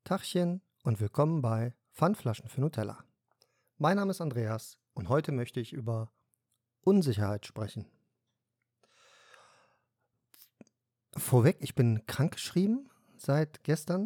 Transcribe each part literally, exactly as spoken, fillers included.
Tachchen und willkommen bei Pfandflaschen für Nutella. Mein Name ist Andreas und heute möchte ich über Unsicherheit sprechen. Vorweg, ich bin krankgeschrieben seit gestern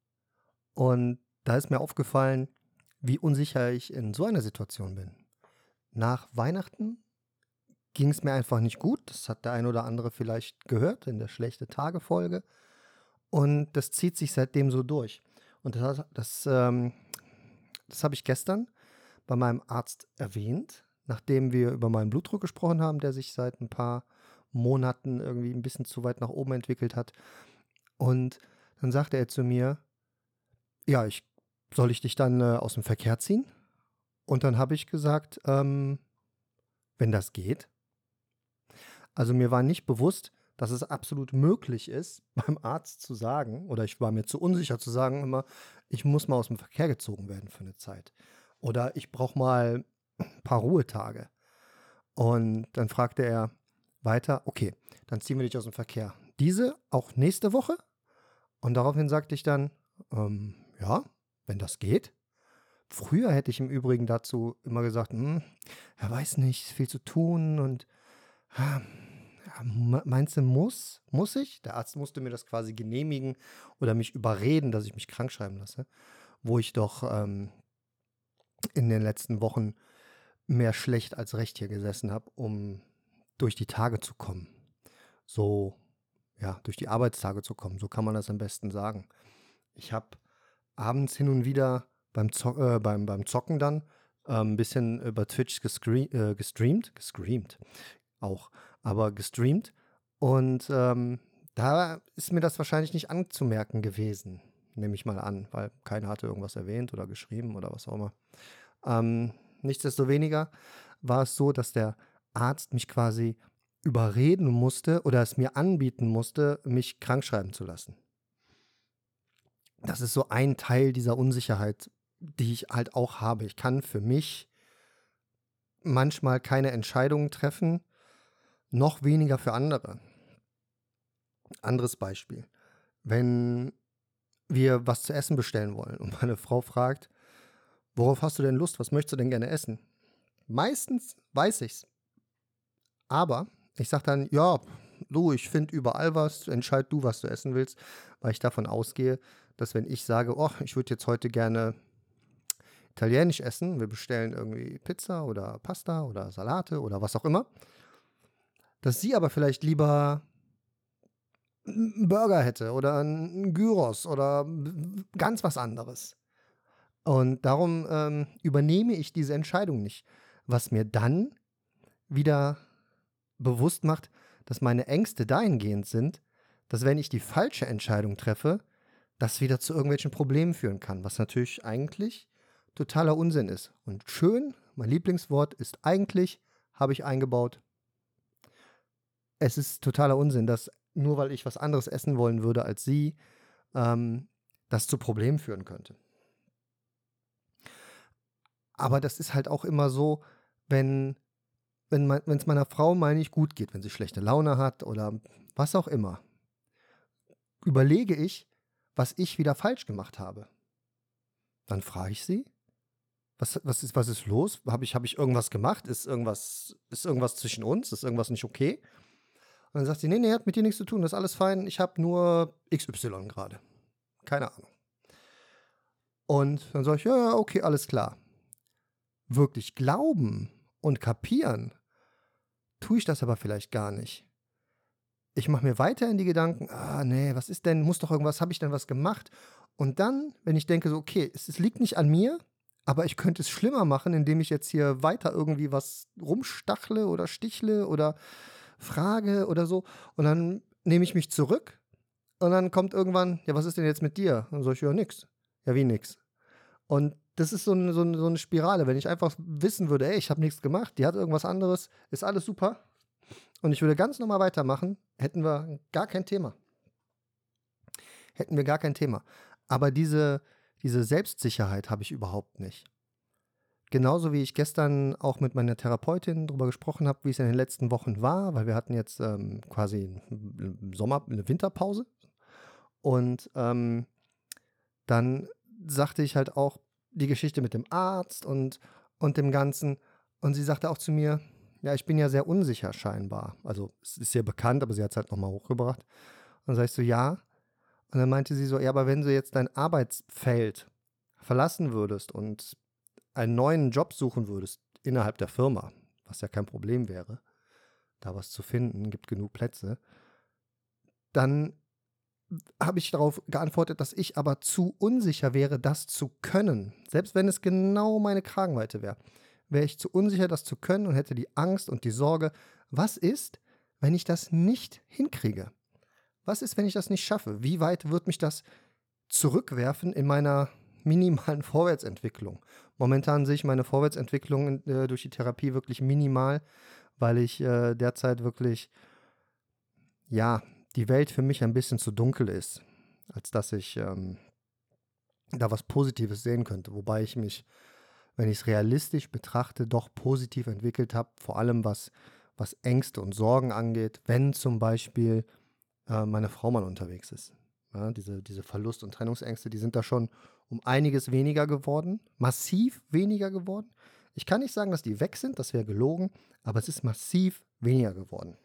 und da ist mir aufgefallen, wie unsicher ich in so einer Situation bin. Nach Weihnachten ging es mir einfach nicht gut, das hat der ein oder andere vielleicht gehört in der schlechte Tage-Folge und das zieht sich seitdem so durch. Und das, das, ähm, das habe ich gestern bei meinem Arzt erwähnt, nachdem wir über meinen Blutdruck gesprochen haben, der sich seit ein paar Monaten irgendwie ein bisschen zu weit nach oben entwickelt hat. Und dann sagte er zu mir, ja, ich, soll ich dich dann äh, aus dem Verkehr ziehen? Und dann habe ich gesagt, ähm, wenn das geht. Also mir war nicht bewusst, dass es absolut möglich ist, beim Arzt zu sagen, oder ich war mir zu unsicher zu sagen immer, ich muss mal aus dem Verkehr gezogen werden für eine Zeit. Oder ich brauche mal ein paar Ruhetage. Und dann fragte er weiter, okay, dann ziehen wir dich aus dem Verkehr. Diese auch nächste Woche? Und daraufhin sagte ich dann, ähm, ja, wenn das geht. Früher hätte ich im Übrigen dazu immer gesagt, hm, er weiß nicht, ist viel zu tun und ah, ja, meinst du, muss? Muss ich? Der Arzt musste mir das quasi genehmigen oder mich überreden, dass ich mich krank schreiben lasse, wo ich doch ähm, in den letzten Wochen mehr schlecht als recht hier gesessen habe, um durch die Tage zu kommen. So, ja, durch die Arbeitstage zu kommen. So kann man das am besten sagen. Ich habe abends hin und wieder beim, Zo äh, beim, beim Zocken dann äh, ein bisschen über Twitch gescre äh, gestreamt, gestreamt auch, aber gestreamt. Und ähm, da ist mir das wahrscheinlich nicht anzumerken gewesen, nehme ich mal an, weil keiner hatte irgendwas erwähnt oder geschrieben oder was auch immer. Ähm, nichtsdestoweniger war es so, dass der Arzt mich quasi überreden musste oder es mir anbieten musste, mich krankschreiben zu lassen. Das ist so ein Teil dieser Unsicherheit, die ich halt auch habe. Ich kann für mich manchmal keine Entscheidungen treffen, noch weniger für andere. Anderes Beispiel. Wenn wir was zu essen bestellen wollen und meine Frau fragt, worauf hast du denn Lust? Was möchtest du denn gerne essen? Meistens weiß ich's. Aber ich sage dann, ja, du, ich finde überall was, entscheid du, was du essen willst, weil ich davon ausgehe, dass wenn ich sage, oh, ich würde jetzt heute gerne italienisch essen, wir bestellen irgendwie Pizza oder Pasta oder Salate oder was auch immer, dass sie aber vielleicht lieber einen Burger hätte oder einen Gyros oder ganz was anderes. Und darum ähm, übernehme ich diese Entscheidung nicht, was mir dann wieder bewusst macht, dass meine Ängste dahingehend sind, dass wenn ich die falsche Entscheidung treffe, das wieder zu irgendwelchen Problemen führen kann, was natürlich eigentlich totaler Unsinn ist. Und schön, mein Lieblingswort ist eigentlich, habe ich eingebaut. Es ist totaler Unsinn, dass nur weil ich was anderes essen wollen würde als sie, ähm, das zu Problemen führen könnte. Aber das ist halt auch immer so, wenn wenn es meiner Frau mal nicht gut geht, wenn sie schlechte Laune hat oder was auch immer, überlege ich, was ich wieder falsch gemacht habe. Dann frage ich sie, was, was, ist, was ist los? Habe ich, hab ich irgendwas gemacht? Ist irgendwas, ist irgendwas zwischen uns? Ist irgendwas nicht okay? Und dann sagt sie, nee, nee, hat mit dir nichts zu tun, das ist alles fein, ich habe nur X Y gerade. Keine Ahnung. Und dann sage ich, ja, okay, alles klar. Wirklich glauben und kapieren tue ich das aber vielleicht gar nicht. Ich mache mir weiterhin die Gedanken, ah, nee, was ist denn, muss doch irgendwas, habe ich denn was gemacht? Und dann, wenn ich denke so, okay, es, es liegt nicht an mir, aber ich könnte es schlimmer machen, indem ich jetzt hier weiter irgendwie was rumstachle oder stichle oder frage oder so. Und dann nehme ich mich zurück und dann kommt irgendwann, ja, was ist denn jetzt mit dir? Und dann sage ich, ja, nix. Ja, wie nix? Und das ist so eine, so eine, so eine Spirale. Wenn ich einfach wissen würde, ey, ich habe nichts gemacht, die hat irgendwas anderes, ist alles super. Und ich würde ganz normal weitermachen, hätten wir gar kein Thema. Hätten wir gar kein Thema. Aber diese, diese Selbstsicherheit habe ich überhaupt nicht. Genauso wie ich gestern auch mit meiner Therapeutin darüber gesprochen habe, wie es in den letzten Wochen war, weil wir hatten jetzt ähm, quasi eine Sommer-, eine Winterpause. Und ähm, dann sagte ich halt auch die Geschichte mit dem Arzt und, und dem Ganzen. Und sie sagte auch zu mir, ja, ich bin ja sehr unsicher scheinbar. Also es ist ihr bekannt, aber sie hat es halt nochmal hochgebracht. Und dann sag ich so, ja. Und dann meinte sie so, ja, aber wenn du jetzt dein Arbeitsfeld verlassen würdest und einen neuen Job suchen würdest innerhalb der Firma, was ja kein Problem wäre, da was zu finden, gibt genug Plätze, dann habe ich darauf geantwortet, dass ich aber zu unsicher wäre, das zu können. Selbst wenn es genau meine Kragenweite wäre, wäre ich zu unsicher, das zu können und hätte die Angst und die Sorge, was ist, wenn ich das nicht hinkriege? Was ist, wenn ich das nicht schaffe? Wie weit wird mich das zurückwerfen in meiner minimalen Vorwärtsentwicklung? Momentan sehe ich meine Vorwärtsentwicklung äh, durch die Therapie wirklich minimal, weil ich äh, derzeit wirklich, ja, die Welt für mich ein bisschen zu dunkel ist, als dass ich ähm, da was Positives sehen könnte. Wobei ich mich, wenn ich es realistisch betrachte, doch positiv entwickelt habe, vor allem was, was Ängste und Sorgen angeht, wenn zum Beispiel äh, meine Frau mal unterwegs ist. Ja, diese, diese Verlust- und Trennungsängste, die sind da schon um einiges weniger geworden, massiv weniger geworden. Ich kann nicht sagen, dass die weg sind, das wäre gelogen, aber es ist massiv weniger geworden.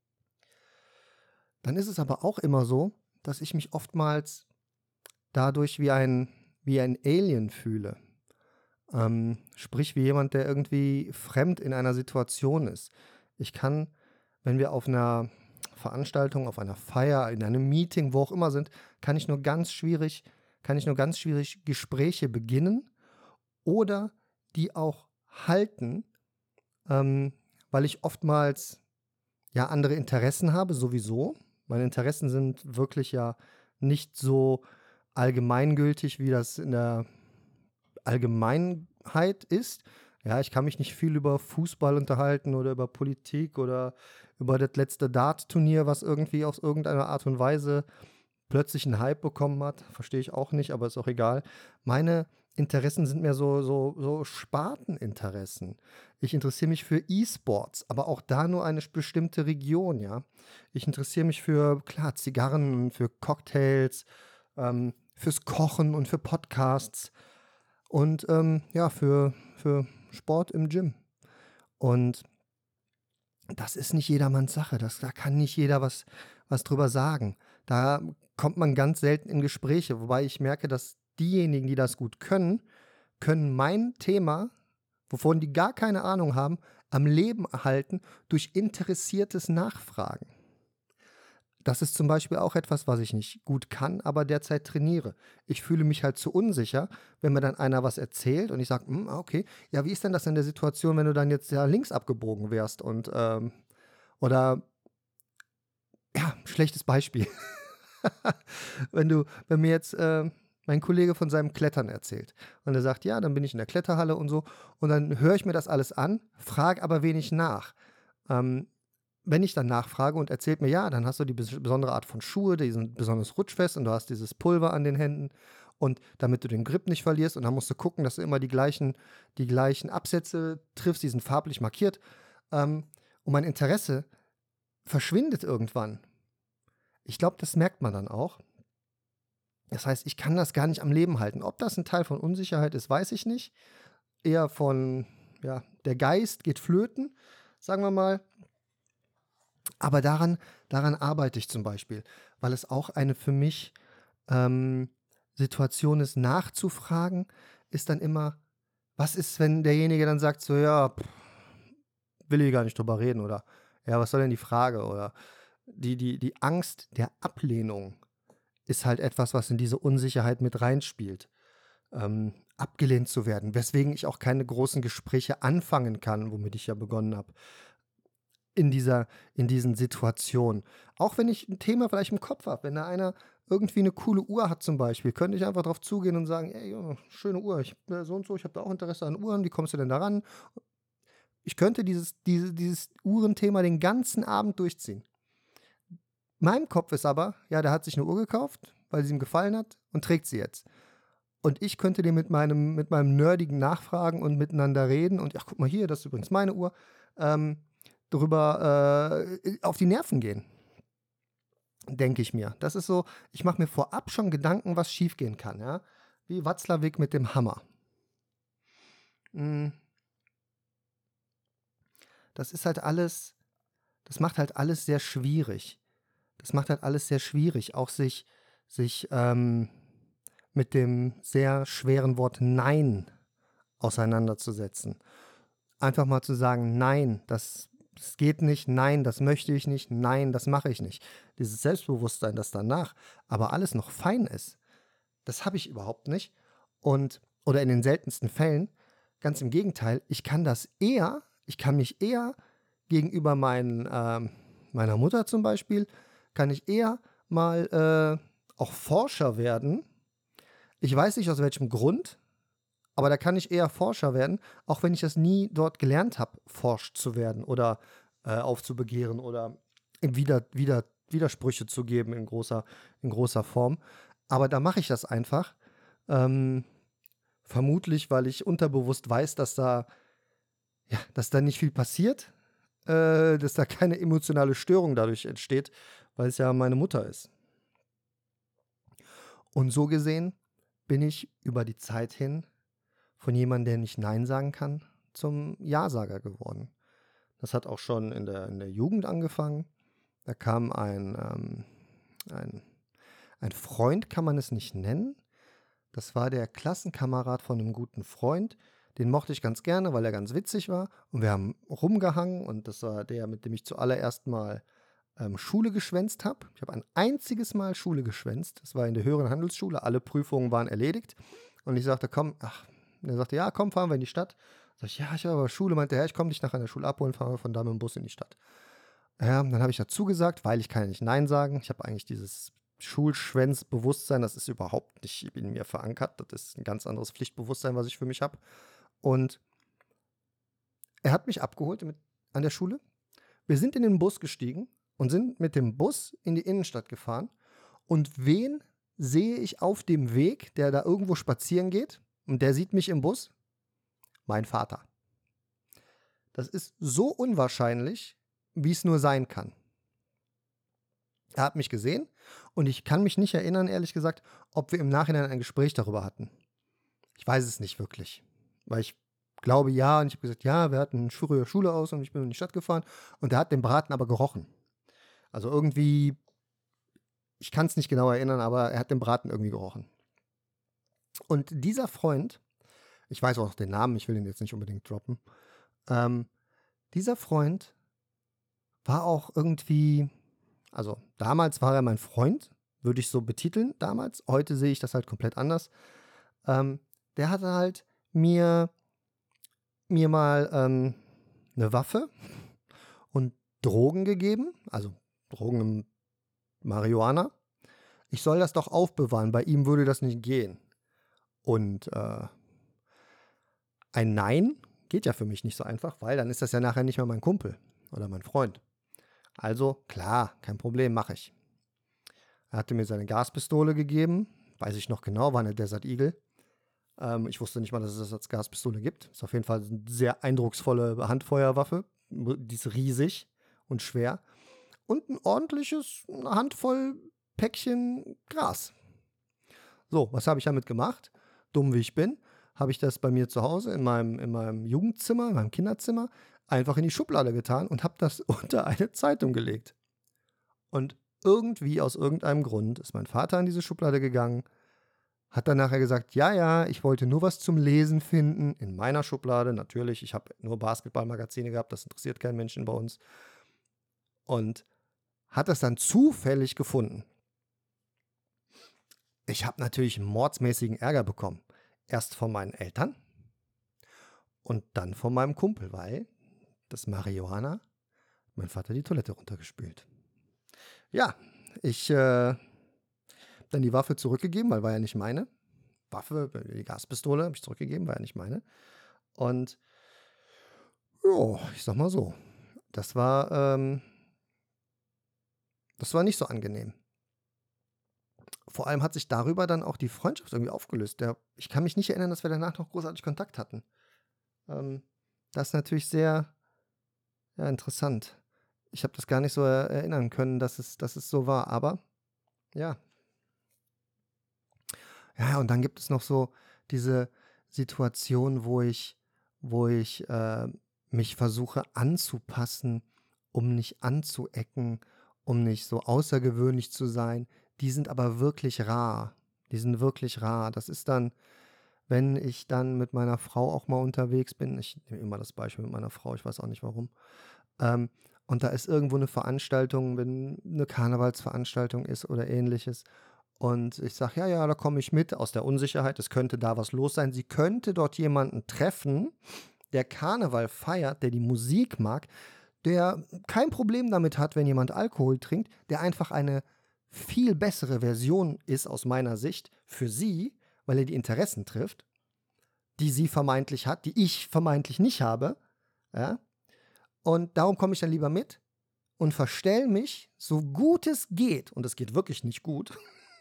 Dann ist es aber auch immer so, dass ich mich oftmals dadurch wie ein, wie ein Alien fühle. Ähm, sprich, wie jemand, der irgendwie fremd in einer Situation ist. Ich kann, wenn wir auf einer Veranstaltung, auf einer Feier, in einem Meeting, wo auch immer sind, kann ich nur ganz schwierig, kann ich nur ganz schwierig Gespräche beginnen oder die auch halten, ähm, weil ich oftmals ja andere Interessen habe, sowieso. Meine Interessen sind wirklich ja nicht so allgemeingültig, wie das in der Allgemeinheit ist. Ja, ich kann mich nicht viel über Fußball unterhalten oder über Politik oder über das letzte Dart-Turnier, was irgendwie aus irgendeiner Art und Weise plötzlich einen Hype bekommen hat. Verstehe ich auch nicht, aber ist auch egal. Meine Interessen sind mehr so, so, so Sparteninteressen. Ich interessiere mich für E-Sports, aber auch da nur eine bestimmte Region, ja. Ich interessiere mich für, klar, Zigarren, für Cocktails, ähm, fürs Kochen und für Podcasts und ähm, ja, für, für Sport im Gym. Und das ist nicht jedermanns Sache. Das, da kann nicht jeder was, was drüber sagen. Da kommt man ganz selten in Gespräche, wobei ich merke, dass diejenigen, die das gut können, können mein Thema, wovon die gar keine Ahnung haben, am Leben erhalten durch interessiertes Nachfragen. Das ist zum Beispiel auch etwas, was ich nicht gut kann, aber derzeit trainiere. Ich fühle mich halt zu unsicher, wenn mir dann einer was erzählt und ich sage, hm, okay, ja, wie ist denn das in der Situation, wenn du dann jetzt ja links abgebogen wärst und ähm, oder ja, schlechtes Beispiel. wenn du, wenn mir jetzt äh, mein Kollege von seinem Klettern erzählt und er sagt, ja, dann bin ich in der Kletterhalle und so und dann höre ich mir das alles an, frage aber wenig nach. Ähm, Wenn ich dann nachfrage und erzählt mir, ja, dann hast du die bes- besondere Art von Schuhe, die sind besonders rutschfest und du hast dieses Pulver an den Händen und damit du den Grip nicht verlierst und dann musst du gucken, dass du immer die gleichen, die gleichen Absätze triffst, die sind farblich markiert. Ähm, und mein Interesse verschwindet irgendwann. Ich glaube, das merkt man dann auch. Das heißt, ich kann das gar nicht am Leben halten. Ob das ein Teil von Unsicherheit ist, weiß ich nicht. Eher von, ja, der Geist geht flöten, sagen wir mal. Aber daran, daran arbeite ich zum Beispiel, weil es auch eine für mich ähm, Situation ist, nachzufragen, ist dann immer, was ist, wenn derjenige dann sagt, so, ja, pff, will ich gar nicht drüber reden oder, ja, was soll denn die Frage oder die, die, die Angst der Ablehnung ist halt etwas, was in diese Unsicherheit mit reinspielt. Ähm, abgelehnt zu werden, weswegen ich auch keine großen Gespräche anfangen kann, womit ich ja begonnen habe in dieser, in diesen Situationen. Auch wenn ich ein Thema vielleicht im Kopf habe, wenn da einer irgendwie eine coole Uhr hat zum Beispiel, könnte ich einfach drauf zugehen und sagen, ey, ja, schöne Uhr, ich äh, so und so, ich habe da auch Interesse an Uhren, wie kommst du denn daran? Ich könnte dieses, diese, dieses Uhrenthema den ganzen Abend durchziehen. Mein Kopf ist aber, ja, der hat sich eine Uhr gekauft, weil sie ihm gefallen hat und trägt sie jetzt. Und ich könnte dir mit meinem, mit meinem nerdigen Nachfragen und miteinander reden und, ach, guck mal hier, das ist übrigens meine Uhr, ähm, darüber äh, auf die Nerven gehen, denke ich mir. Das ist so, ich mache mir vorab schon Gedanken, was schiefgehen kann, ja. wie Watzlawick mit dem Hammer. Mm, Das ist halt alles, das macht halt alles sehr schwierig. Das macht halt alles sehr schwierig, auch sich, sich ähm, mit dem sehr schweren Wort Nein auseinanderzusetzen. Einfach mal zu sagen, nein, das, das geht nicht, nein, das möchte ich nicht, nein, das mache ich nicht. Dieses Selbstbewusstsein, das danach aber alles noch fein ist, das habe ich überhaupt nicht. Und, oder in den seltensten Fällen, ganz im Gegenteil, ich kann das eher, ich kann mich eher gegenüber meinen, ähm, meiner Mutter zum Beispiel, kann ich eher mal äh, auch Forscher werden. Ich weiß nicht aus welchem Grund, aber da kann ich eher Forscher werden, auch wenn ich das nie dort gelernt habe, forscht zu werden oder äh, aufzubegehren oder wieder, wieder, Widersprüche zu geben in großer, in großer Form. Aber da mache ich das einfach. Ähm, vermutlich, weil ich unterbewusst weiß, dass da, ja, dass da nicht viel passiert, äh, dass da keine emotionale Störung dadurch entsteht, weil es ja meine Mutter ist. Und so gesehen bin ich über die Zeit hin von jemandem, der nicht Nein sagen kann, zum Ja-Sager geworden. Das hat auch schon in der, in der Jugend angefangen. Da kam ein, ähm, ein, ein Freund, kann man es nicht nennen. Das war der Klassenkamerad von einem guten Freund. Den mochte ich ganz gerne, weil er ganz witzig war. Und wir haben rumgehangen und das war der, mit dem ich zuallererst mal ähm, Schule geschwänzt habe. Ich habe ein einziges Mal Schule geschwänzt. Das war in der höheren Handelsschule. Alle Prüfungen waren erledigt. Und ich sagte, komm, ach, und er sagte, ja, komm, fahren wir in die Stadt. Sag ich, ja, ich habe aber Schule. Meinte er, ich komme dich nachher an der Schule abholen, fahren wir von da mit dem Bus in die Stadt. Ja, dann habe ich dazu gesagt, weil ich kann ja nicht Nein sagen. Ich habe eigentlich dieses Schulschwänzbewusstsein, das ist überhaupt nicht in mir verankert. Das ist ein ganz anderes Pflichtbewusstsein, was ich für mich habe. Und er hat mich abgeholt mit, an der Schule. Wir sind in den Bus gestiegen und sind mit dem Bus in die Innenstadt gefahren. Und wen sehe ich auf dem Weg, der da irgendwo spazieren geht? Und der sieht mich im Bus? Mein Vater. Das ist so unwahrscheinlich, wie es nur sein kann. Er hat mich gesehen und ich kann mich nicht erinnern, ehrlich gesagt, ob wir im Nachhinein ein Gespräch darüber hatten. Ich weiß es nicht wirklich, weil ich glaube ja und ich habe gesagt, ja, wir hatten früher Schule aus und ich bin in die Stadt gefahren und er hat den Braten aber gerochen. Also irgendwie, ich kann es nicht genau erinnern, aber er hat den Braten irgendwie gerochen. Und dieser Freund, ich weiß auch noch den Namen, ich will ihn jetzt nicht unbedingt droppen, ähm, dieser Freund war auch irgendwie, also damals war er mein Freund, würde ich so betiteln damals. Heute sehe ich das halt komplett anders. Ähm, der hatte halt mir, mir mal ähm, eine Waffe und Drogen gegeben, also Drogen im Marihuana. Ich soll das doch aufbewahren, bei ihm würde das nicht gehen. Und äh, ein Nein geht ja für mich nicht so einfach, weil dann ist das ja nachher nicht mehr mein Kumpel oder mein Freund. Also klar, kein Problem, mache ich. Er hatte mir seine Gaspistole gegeben, weiß ich noch genau, war eine Desert Eagle. Ähm, ich wusste nicht mal, dass es das als Gaspistole gibt. Ist auf jeden Fall eine sehr eindrucksvolle Handfeuerwaffe. Die ist riesig und schwer. Und ein ordentliches, eine Handvoll Päckchen Gras. So, was habe ich damit gemacht? Dumm wie ich bin, habe ich das bei mir zu Hause in meinem, in meinem Jugendzimmer, in meinem Kinderzimmer, einfach in die Schublade getan und habe das unter eine Zeitung gelegt. Und irgendwie aus irgendeinem Grund ist mein Vater in diese Schublade gegangen, hat dann nachher gesagt, ja, ja, ich wollte nur was zum Lesen finden, in meiner Schublade, natürlich, ich habe nur Basketballmagazine gehabt, das interessiert keinen Menschen bei uns. Und hat das dann zufällig gefunden. Ich habe natürlich einen mordsmäßigen Ärger bekommen. Erst von meinen Eltern und dann von meinem Kumpel, weil das Marihuana mein Vater die Toilette runtergespült. Ja, ich äh, dann die Waffe zurückgegeben, weil war ja nicht meine. Waffe, die Gaspistole habe ich zurückgegeben, war ja nicht meine. Und ja, ich sag mal so, das war, ähm, das war nicht so angenehm. Vor allem hat sich darüber dann auch die Freundschaft irgendwie aufgelöst. Der, ich kann mich nicht erinnern, dass wir danach noch großartig Kontakt hatten. Ähm, das ist natürlich sehr ja, interessant. Ich habe das gar nicht so erinnern können, dass es, dass es so war, aber ja. Ja, und dann gibt es noch so diese Situation, wo ich, wo ich äh, mich versuche anzupassen, um nicht anzuecken, um nicht so außergewöhnlich zu sein. Die sind aber wirklich rar. Die sind wirklich rar. Das ist dann, wenn ich dann mit meiner Frau auch mal unterwegs bin. Ich nehme immer das Beispiel mit meiner Frau, ich weiß auch nicht warum. Ähm, und da ist irgendwo eine Veranstaltung, wenn eine Karnevalsveranstaltung ist oder ähnliches. Und ich sage, ja, ja, da komme ich mit aus der Unsicherheit. Es könnte da was los sein. Sie könnte dort jemanden treffen, der Karneval feiert, der die Musik mag, der kein Problem damit hat, wenn jemand Alkohol trinkt, der einfach eine viel bessere Version ist aus meiner Sicht für sie, weil er die Interessen trifft, die sie vermeintlich hat, die ich vermeintlich nicht habe. Ja? Und darum komme ich dann lieber mit und verstell mich, so gut es geht, und es geht wirklich nicht gut,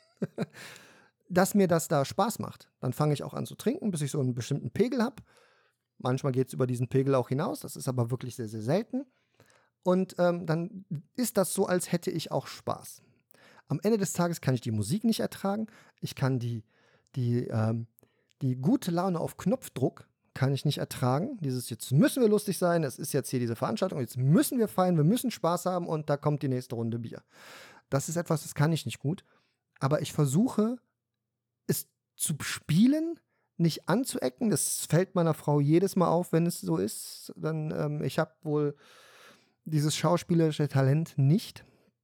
dass mir das da Spaß macht. Dann fange ich auch an zu trinken, bis ich so einen bestimmten Pegel habe. Manchmal geht es über diesen Pegel auch hinaus, das ist aber wirklich sehr, sehr selten. Und ähm, dann ist das so, als hätte ich auch Spaß. Am Ende des Tages kann ich die Musik nicht ertragen. Ich kann die, die, ähm, die gute Laune auf Knopfdruck kann ich nicht ertragen. Dieses, jetzt müssen wir lustig sein, es ist jetzt hier diese Veranstaltung, jetzt müssen wir feiern, wir müssen Spaß haben und da kommt die nächste Runde Bier. Das ist etwas, das kann ich nicht gut. Aber ich versuche, es zu spielen, nicht anzuecken. Das fällt meiner Frau jedes Mal auf, wenn es so ist. Dann, ähm, ich habe wohl dieses schauspielerische Talent nicht,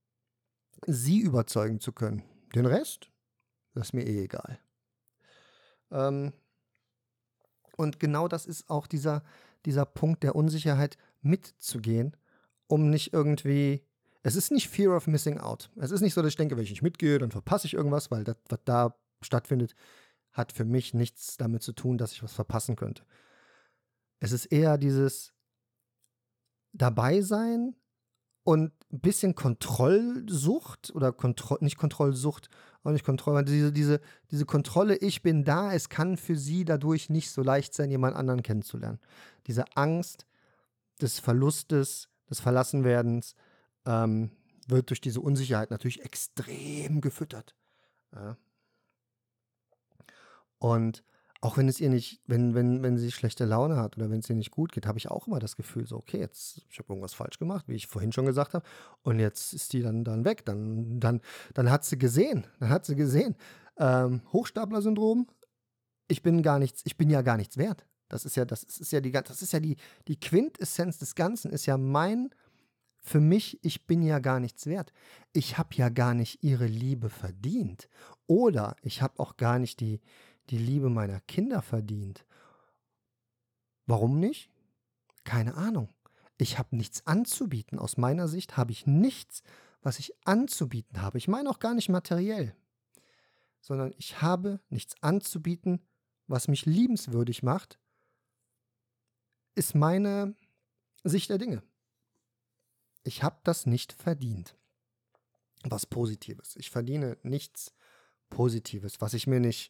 sie überzeugen zu können. Den Rest, das ist mir eh egal. Ähm, und genau das ist auch dieser, dieser Punkt der Unsicherheit, mitzugehen, um nicht irgendwie, es ist nicht Fear of Missing Out. Es ist nicht so, dass ich denke, wenn ich nicht mitgehe, dann verpasse ich irgendwas, weil das, was da stattfindet, hat für mich nichts damit zu tun, dass ich was verpassen könnte. Es ist eher dieses dabei sein und ein bisschen Kontrollsucht oder Kontroll, nicht Kontrollsucht, auch nicht Kontrolle, diese, diese, diese Kontrolle, ich bin da, es kann für sie dadurch nicht so leicht sein, jemand anderen kennenzulernen. Diese Angst des Verlustes, des Verlassenwerdens ähm, wird durch diese Unsicherheit natürlich extrem gefüttert. Ja. Und auch wenn es ihr nicht, wenn, wenn, wenn sie schlechte Laune hat oder wenn es ihr nicht gut geht, habe ich auch immer das Gefühl, so, okay, jetzt, ich habe irgendwas falsch gemacht, wie ich vorhin schon gesagt habe, und jetzt ist die dann, dann weg. Dann, dann, dann hat sie gesehen, dann hat sie gesehen. Ähm, Hochstapler-Syndrom, ich bin gar nichts, ich bin ja gar nichts wert. Das ist ja, das ist ja die, das ist ja die, die Quintessenz des Ganzen, ist ja mein, für mich, ich bin ja gar nichts wert. Ich habe ja gar nicht ihre Liebe verdient. Oder ich habe auch gar nicht die, die Liebe meiner Kinder verdient. Warum nicht? Keine Ahnung. Ich habe nichts anzubieten. Aus meiner Sicht habe ich nichts, was ich anzubieten habe. Ich meine auch gar nicht materiell, sondern ich habe nichts anzubieten, was mich liebenswürdig macht, ist meine Sicht der Dinge. Ich habe das nicht verdient. Was Positives. Ich verdiene nichts Positives, was ich mir nicht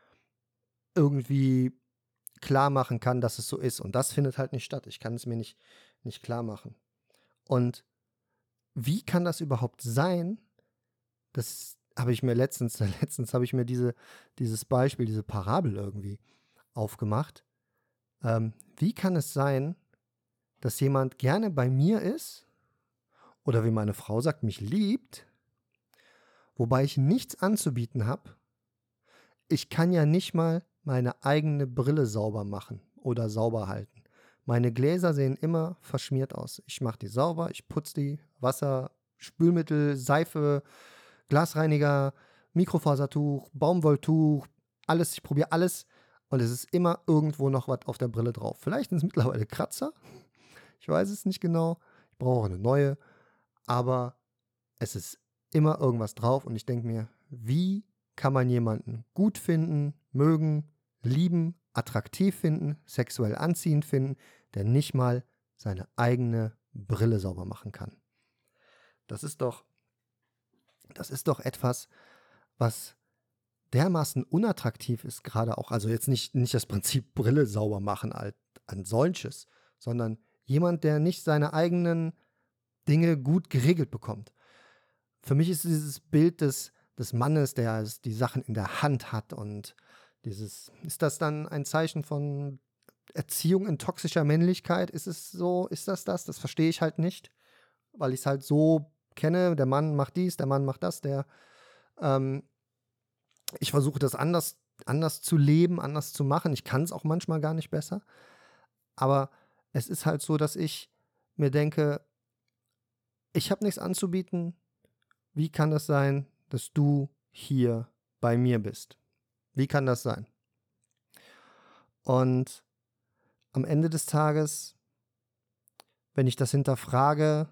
irgendwie klar machen kann, dass es so ist. Und das findet halt nicht statt. Ich kann es mir nicht, nicht klar machen. Und wie kann das überhaupt sein? Das habe ich mir letztens, letztens habe ich mir diese, dieses Beispiel, diese Parabel irgendwie aufgemacht. Ähm, wie kann es sein, dass jemand gerne bei mir ist oder wie meine Frau sagt, mich liebt, wobei ich nichts anzubieten habe? Ich kann ja nicht mal meine eigene Brille sauber machen oder sauber halten. Meine Gläser sehen immer verschmiert aus. Ich mache die sauber, ich putze die, Wasser, Spülmittel, Seife, Glasreiniger, Mikrofasertuch, Baumwolltuch, alles, ich probiere alles und es ist immer irgendwo noch was auf der Brille drauf. Vielleicht sind es mittlerweile Kratzer, ich weiß es nicht genau, ich brauche eine neue, aber es ist immer irgendwas drauf und ich denke mir, wie kann man jemanden gut finden, mögen, lieben, attraktiv finden, sexuell anziehend finden, der nicht mal seine eigene Brille sauber machen kann? Das ist doch, das ist doch etwas, was dermaßen unattraktiv ist, gerade auch, also jetzt nicht, nicht das Prinzip Brille sauber machen als an solches, sondern jemand, der nicht seine eigenen Dinge gut geregelt bekommt. Für mich ist dieses Bild des, des Mannes, der es- die Sachen in der Hand hat und dieses, ist das dann ein Zeichen von Erziehung in toxischer Männlichkeit? Ist es so, ist das das? Das verstehe ich halt nicht, weil ich es halt so kenne, der Mann macht dies, der Mann macht das, der, ähm, ich versuche das anders, anders zu leben, anders zu machen. Ich kann es auch manchmal gar nicht besser, aber es ist halt so, dass ich mir denke, ich habe nichts anzubieten. Wie kann das sein, dass du hier bei mir bist? Wie kann das sein? Und am Ende des Tages, wenn ich das hinterfrage,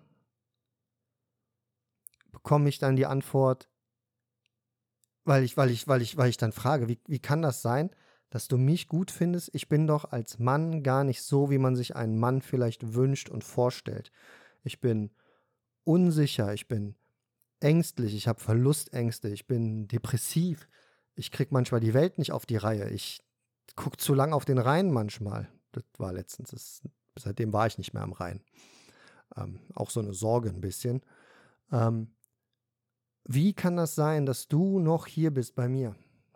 bekomme ich dann die Antwort, weil ich, weil ich, weil ich, weil ich dann frage, wie, wie kann das sein, dass du mich gut findest? Ich bin doch als Mann gar nicht so, wie man sich einen Mann vielleicht wünscht und vorstellt. Ich bin unsicher, ich bin ängstlich, ich habe Verlustängste, ich bin depressiv, ich kriege manchmal die Welt nicht auf die Reihe, ich gucke zu lang auf den Rhein manchmal. Das war letztens, das, seitdem war ich nicht mehr am Rhein. Ähm, auch so eine Sorge ein bisschen. Ähm, wie kann das sein, dass du noch hier bist bei mir?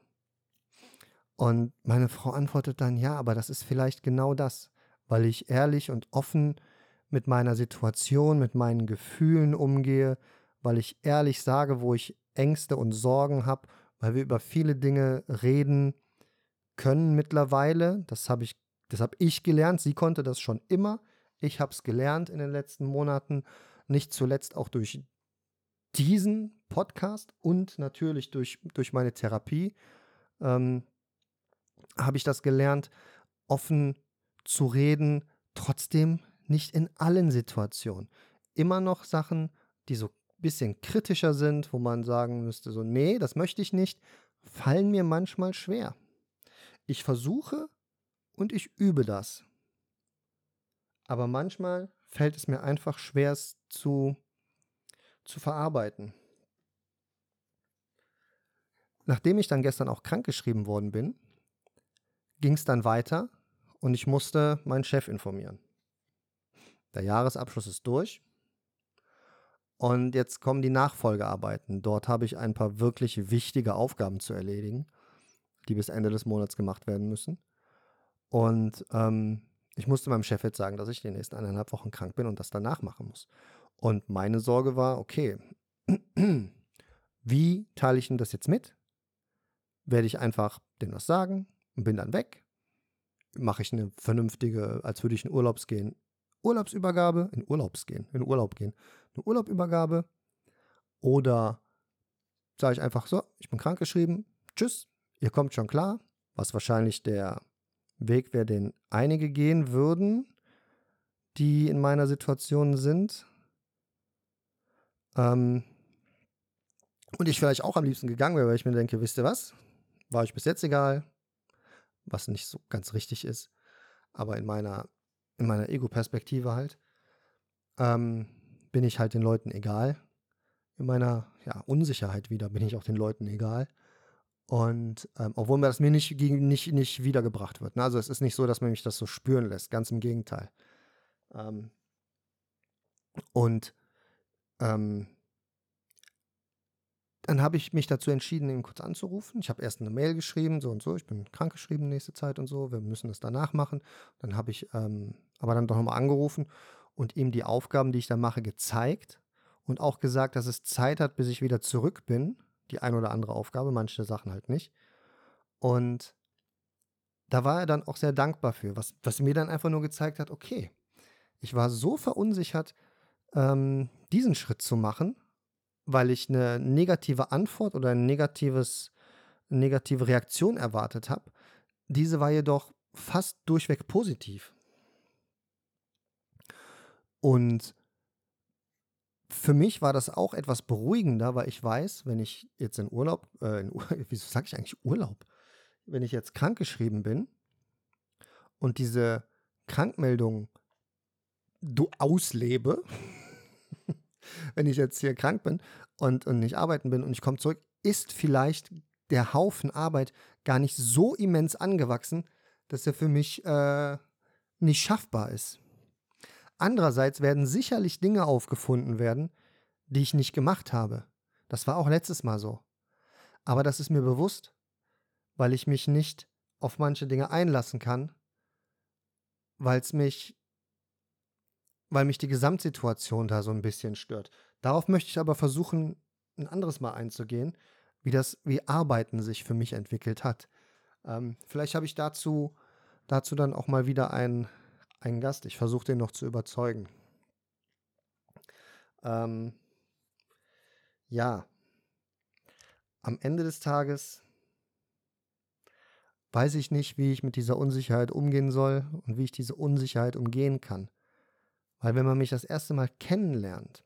Und meine Frau antwortet dann, ja, aber das ist vielleicht genau das, weil ich ehrlich und offen mit meiner Situation, mit meinen Gefühlen umgehe, weil ich ehrlich sage, wo ich Ängste und Sorgen habe, weil wir über viele Dinge reden können mittlerweile. Das habe ich, das habe ich gelernt. Sie konnte das schon immer. Ich habe es gelernt in den letzten Monaten, nicht zuletzt auch durch diesen Podcast und natürlich durch, durch meine Therapie. Ähm, habe ich das gelernt, offen zu reden, trotzdem nicht in allen Situationen. Immer noch Sachen, die so ein bisschen kritischer sind, wo man sagen müsste, so, nee, das möchte ich nicht, fallen mir manchmal schwer. Ich versuche und ich übe das. Aber manchmal fällt es mir einfach schwer, es zu, zu verarbeiten. Nachdem ich dann gestern auch krankgeschrieben worden bin, ging es dann weiter und ich musste meinen Chef informieren. Der Jahresabschluss ist durch und jetzt kommen die Nachfolgearbeiten. Dort habe ich ein paar wirklich wichtige Aufgaben zu erledigen, die bis Ende des Monats gemacht werden müssen. Und ähm, ich musste meinem Chef jetzt sagen, dass ich die nächsten eineinhalb Wochen krank bin und das danach machen muss. Und meine Sorge war, okay, wie teile ich ihm das jetzt mit? Werde ich einfach dem was sagen und bin dann weg? Mache ich eine vernünftige, als würde ich in Urlaubs gehen, Urlaubsübergabe, in Urlaubs gehen, in Urlaub gehen, eine Urlaubübergabe? Oder sage ich einfach so, ich bin krankgeschrieben, tschüss, ihr kommt schon klar, was wahrscheinlich der Weg wäre, den einige gehen würden, die in meiner Situation sind. Ähm, und ich vielleicht auch am liebsten gegangen wäre, weil ich mir denke, wisst ihr was, war euch bis jetzt egal, was nicht so ganz richtig ist, aber in meiner, in meiner Ego-Perspektive halt, ähm, bin ich halt den Leuten egal. In meiner ja, Unsicherheit wieder bin ich auch den Leuten egal. Und ähm, obwohl mir das mir nicht, nicht, nicht wiedergebracht wird. Ne? Also es ist nicht so, dass man mich das so spüren lässt, ganz im Gegenteil. Ähm, und ähm, dann habe ich mich dazu entschieden, ihn kurz anzurufen. Ich habe erst eine Mail geschrieben, so und so, ich bin krankgeschrieben nächste Zeit und so, wir müssen das danach machen. Dann habe ich ähm, aber dann doch nochmal angerufen und ihm die Aufgaben, die ich da mache, gezeigt und auch gesagt, dass es Zeit hat, bis ich wieder zurück bin. Die ein oder andere Aufgabe, manche Sachen halt nicht. Und da war er dann auch sehr dankbar für, was, was mir dann einfach nur gezeigt hat, okay, ich war so verunsichert, ähm, diesen Schritt zu machen, weil ich eine negative Antwort oder ein negatives, eine negative Reaktion erwartet habe. Diese war jedoch fast durchweg positiv. Und für mich war das auch etwas beruhigender, weil ich weiß, wenn ich jetzt in Urlaub, äh, in Ur wieso sage ich eigentlich Urlaub? Wenn ich jetzt krankgeschrieben bin und diese Krankmeldung du auslebe, wenn ich jetzt hier krank bin und, und nicht arbeiten bin und ich komme zurück, ist vielleicht der Haufen Arbeit gar nicht so immens angewachsen, dass er für mich äh, nicht schaffbar ist. Andererseits werden sicherlich Dinge aufgefunden werden, die ich nicht gemacht habe. Das war auch letztes Mal so. Aber das ist mir bewusst, weil ich mich nicht auf manche Dinge einlassen kann, weil es mich, weil mich die Gesamtsituation da so ein bisschen stört. Darauf möchte ich aber versuchen, ein anderes Mal einzugehen, wie das, wie Arbeiten sich für mich entwickelt hat. Ähm, vielleicht habe ich dazu, dazu dann auch mal wieder einen, einen Gast. Ich versuche den noch zu überzeugen. Ähm, ja, am Ende des Tages weiß ich nicht, wie ich mit dieser Unsicherheit umgehen soll und wie ich diese Unsicherheit umgehen kann. Weil wenn man mich das erste Mal kennenlernt,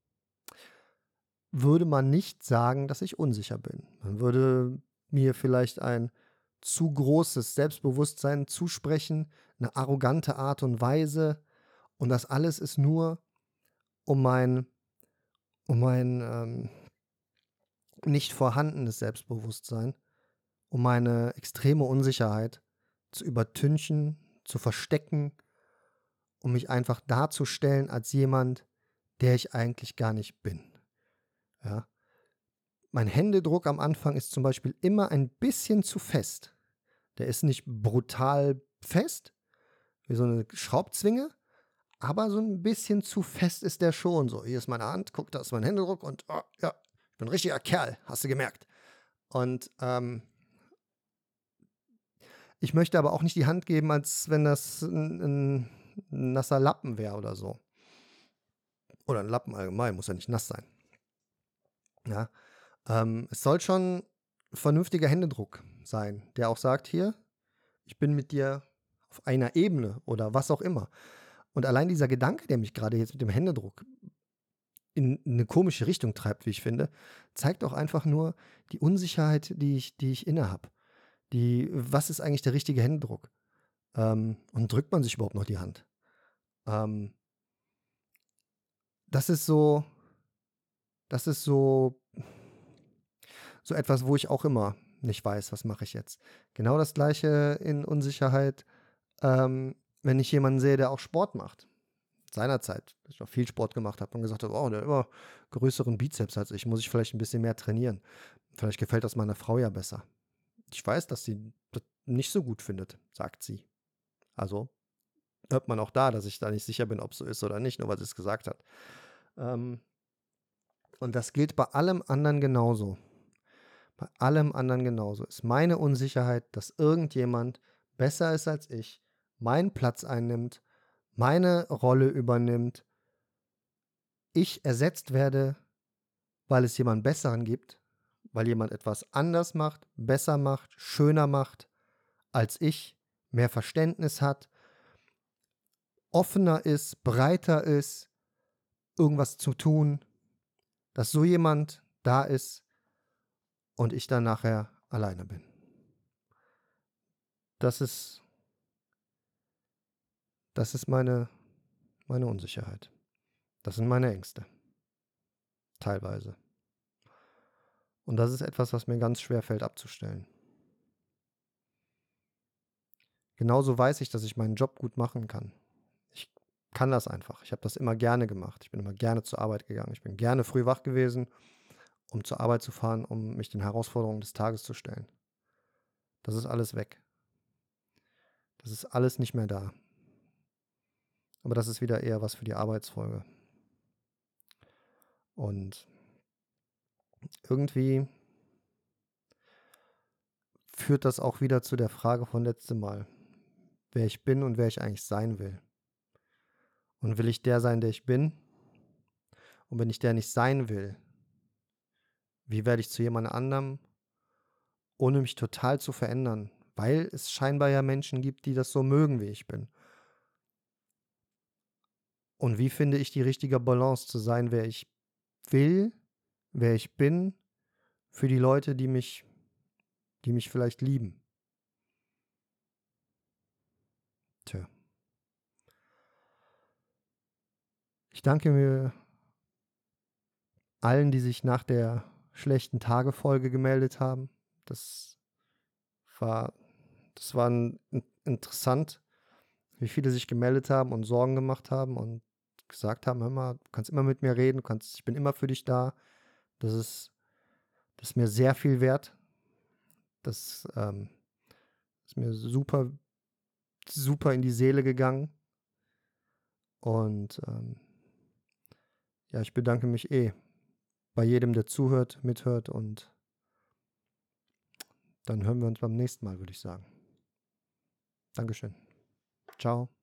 würde man nicht sagen, dass ich unsicher bin. Man würde mir vielleicht ein zu großes Selbstbewusstsein zusprechen, eine arrogante Art und Weise. Und das alles ist nur, um mein, um mein ähm, nicht vorhandenes Selbstbewusstsein, um meine extreme Unsicherheit zu übertünchen, zu verstecken, um mich einfach darzustellen als jemand, der ich eigentlich gar nicht bin. Ja? Mein Händedruck am Anfang ist zum Beispiel immer ein bisschen zu fest. Der ist nicht brutal fest, wie so eine Schraubzwinge, aber so ein bisschen zu fest ist der schon. So, hier ist meine Hand, guck, da ist mein Händedruck und oh, ja, ich bin ein richtiger Kerl, hast du gemerkt. Und ähm, ich möchte aber auch nicht die Hand geben, als wenn das ein, ein nasser Lappen wäre oder so. Oder ein Lappen allgemein, muss ja nicht nass sein. Ja, ähm, es soll schon vernünftiger Händedruck sein, der auch sagt, hier, ich bin mit dir auf einer Ebene oder was auch immer. Und allein dieser Gedanke, der mich gerade jetzt mit dem Händedruck in eine komische Richtung treibt, wie ich finde, zeigt auch einfach nur die Unsicherheit, die ich, die ich inne habe. Die, was ist eigentlich der richtige Händedruck? Ähm, und drückt man sich überhaupt noch die Hand? Ähm, das ist so, das ist so, so etwas, wo ich auch immer nicht weiß, was mache ich jetzt. Genau das Gleiche in Unsicherheit, ähm, wenn ich jemanden sehe, der auch Sport macht. Seinerzeit, dass ich auch viel Sport gemacht habe und gesagt habe, oh, der hat immer größeren Bizeps als ich, muss ich vielleicht ein bisschen mehr trainieren. Vielleicht gefällt das meiner Frau ja besser. Ich weiß, dass sie das nicht so gut findet, sagt sie. Also hört man auch da, dass ich da nicht sicher bin, ob es so ist oder nicht, nur weil sie es gesagt hat. Ähm, und das gilt bei allem anderen genauso. Bei allem anderen genauso ist meine Unsicherheit, dass irgendjemand besser ist als ich, meinen Platz einnimmt, meine Rolle übernimmt, ich ersetzt werde, weil es jemand Besseren gibt, weil jemand etwas anders macht, besser macht, schöner macht als ich, mehr Verständnis hat, offener ist, breiter ist, irgendwas zu tun, dass so jemand da ist und ich dann nachher alleine bin. Das ist, das ist meine, meine Unsicherheit. Das sind meine Ängste. Teilweise. Und das ist etwas, was mir ganz schwer fällt abzustellen. Genauso weiß ich, dass ich meinen Job gut machen kann. Ich kann das einfach. Ich habe das immer gerne gemacht. Ich bin immer gerne zur Arbeit gegangen. Ich bin gerne früh wach gewesen, um zur Arbeit zu fahren, um mich den Herausforderungen des Tages zu stellen. Das ist alles weg. Das ist alles nicht mehr da. Aber das ist wieder eher was für die Arbeitsfolge. Und irgendwie führt das auch wieder zu der Frage von letztem Mal, wer ich bin und wer ich eigentlich sein will. Und will ich der sein, der ich bin? Und wenn ich der nicht sein will, wie werde ich zu jemand anderem, ohne mich total zu verändern? Weil es scheinbar ja Menschen gibt, die das so mögen, wie ich bin. Und wie finde ich die richtige Balance zu sein, wer ich will, wer ich bin, für die Leute, die mich, die mich vielleicht lieben? Tja. Ich danke mir allen, die sich nach der schlechten Tagefolge gemeldet haben. Das war, das war ein, interessant, wie viele sich gemeldet haben und Sorgen gemacht haben und gesagt haben, hör mal, du kannst immer mit mir reden, du kannst, ich bin immer für dich da. Das ist, Das ist mir sehr viel wert. Das ähm, ist mir super, super in die Seele gegangen. Und ähm, ja, ich bedanke mich eh bei jedem, der zuhört, mithört. Und dann hören wir uns beim nächsten Mal, würde ich sagen. Dankeschön. Ciao.